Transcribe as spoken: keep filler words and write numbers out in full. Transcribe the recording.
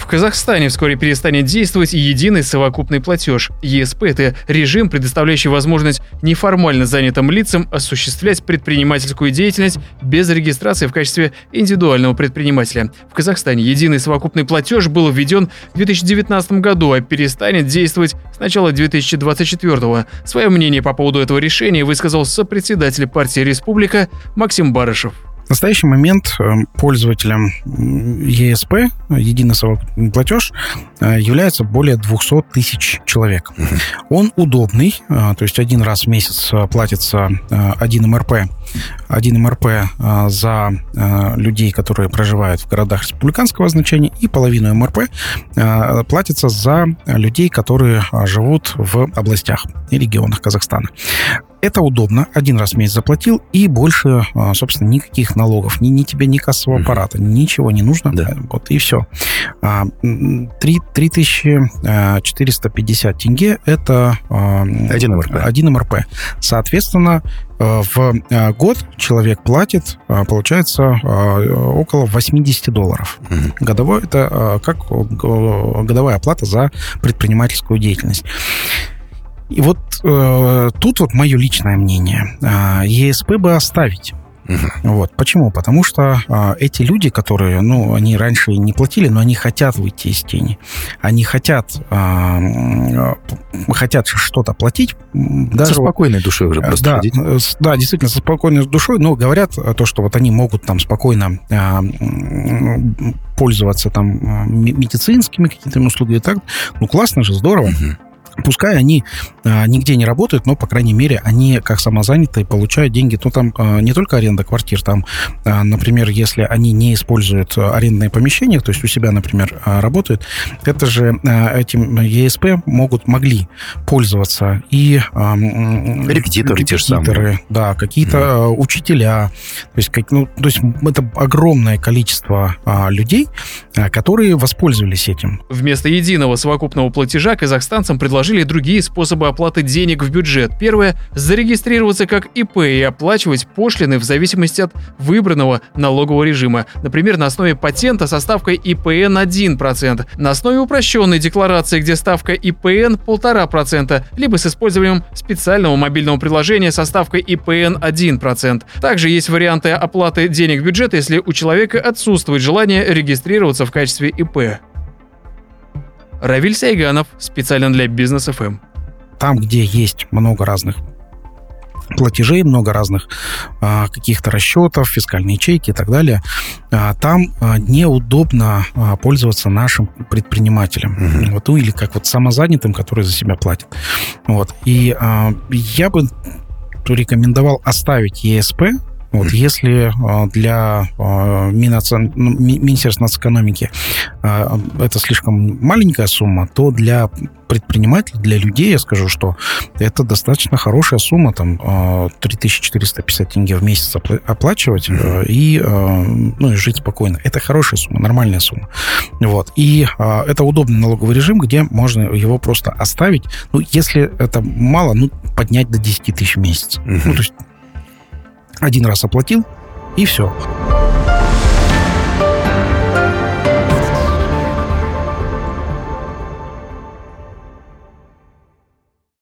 Казахстане вскоре перестанет действовать единый совокупный платеж. ЕСП – это режим, предоставляющий возможность неформально занятым лицам осуществлять предпринимательскую деятельность без регистрации в качестве индивидуального предпринимателя. В Казахстане единый совокупный платеж был введен в две тысячи девятнадцатом году, а перестанет действовать с начала две тысячи двадцать четвёртого. Свое мнение по поводу этого решения высказал сопредседатель партии «Республика» Максим Барышев. В настоящий момент пользователем ЕСП, единый совокупный платеж, является более двести тысяч человек. Uh-huh. Он удобный, то есть один раз в месяц платится один эм эр пэ, один эм эр пэ за людей, которые проживают в городах республиканского значения, и половину эм эр пэ платится за людей, которые живут в областях и регионах Казахстана. Это удобно. Один раз в месяц заплатил, и больше, собственно, никаких налогов. Ни, ни тебе, ни кассового аппарата, mm-hmm. ничего не нужно. Да. Вот и все. три тысячи четыреста пятьдесят тенге – это один эм эр пэ. один эм эр пэ. Соответственно, в год человек платит, получается, около восемьдесят долларов. Mm-hmm. Годовой – это как годовая оплата за предпринимательскую деятельность. И вот э, тут вот мое личное мнение. Э, ЕСП бы оставить. Uh-huh. Вот. Почему? Потому что э, эти люди, которые, ну, они раньше не платили, но они хотят выйти из тени. Они хотят, э, хотят что-то платить. Даже со спокойной душой уже просто да, ходить. Да, действительно, со спокойной душой, но говорят то, что вот они могут там спокойно э, пользоваться там медицинскими какими-то услугами. Так, ну, классно же, здорово. Uh-huh. Пускай они а, нигде не работают, но, по крайней мере, они, как самозанятые, получают деньги. Ну, там а, не только аренда квартир, там, а, например, если они не используют арендные помещения, то есть у себя, например, а, работают, это же а, этим ЕСП могут, могли пользоваться и... А, репетиторы, репетиторы те же самые. Да, какие-то mm. учителя. То есть, как, ну, то есть это огромное количество а, людей, а, которые воспользовались этим. Вместо единого совокупного платежа казахстанцам предложили другие способы оплаты денег в бюджет. Первое – зарегистрироваться как ИП и оплачивать пошлины в зависимости от выбранного налогового режима. Например, на основе патента со ставкой И Пэ Эн один процент, на основе упрощенной декларации, где ставка И Пэ Эн полтора процента, либо с использованием специального мобильного приложения со ставкой И Пэ Эн один процент. Также есть варианты оплаты денег в бюджет, если у человека отсутствует желание регистрироваться в качестве ИП. Равиль Сайганов, специально для Бизнес эф эм. Там, где есть много разных платежей, много разных а, каких-то расчетов, фискальные ячейки и так далее, а, там а, неудобно а, пользоваться нашим предпринимателем. Mm-hmm. Вот, ну, или как вот самозанятым, который за себя платит. Вот. И а, я бы рекомендовал оставить ЕСП. Вот, mm-hmm. если для э, Минаци... Министерства нацэкономики э, это слишком маленькая сумма, то для предпринимателей, для людей, я скажу, что это достаточно хорошая сумма, там э, три тысячи четыреста пятьдесят тенге в месяц оплачивать mm-hmm. э, и, э, ну, и жить спокойно. Это хорошая сумма, нормальная сумма. Вот. И э, это удобный налоговый режим, где можно его просто оставить. Ну, если это мало, ну, поднять до десять тысяч в месяц. Mm-hmm. Ну, то есть один раз оплатил, и все.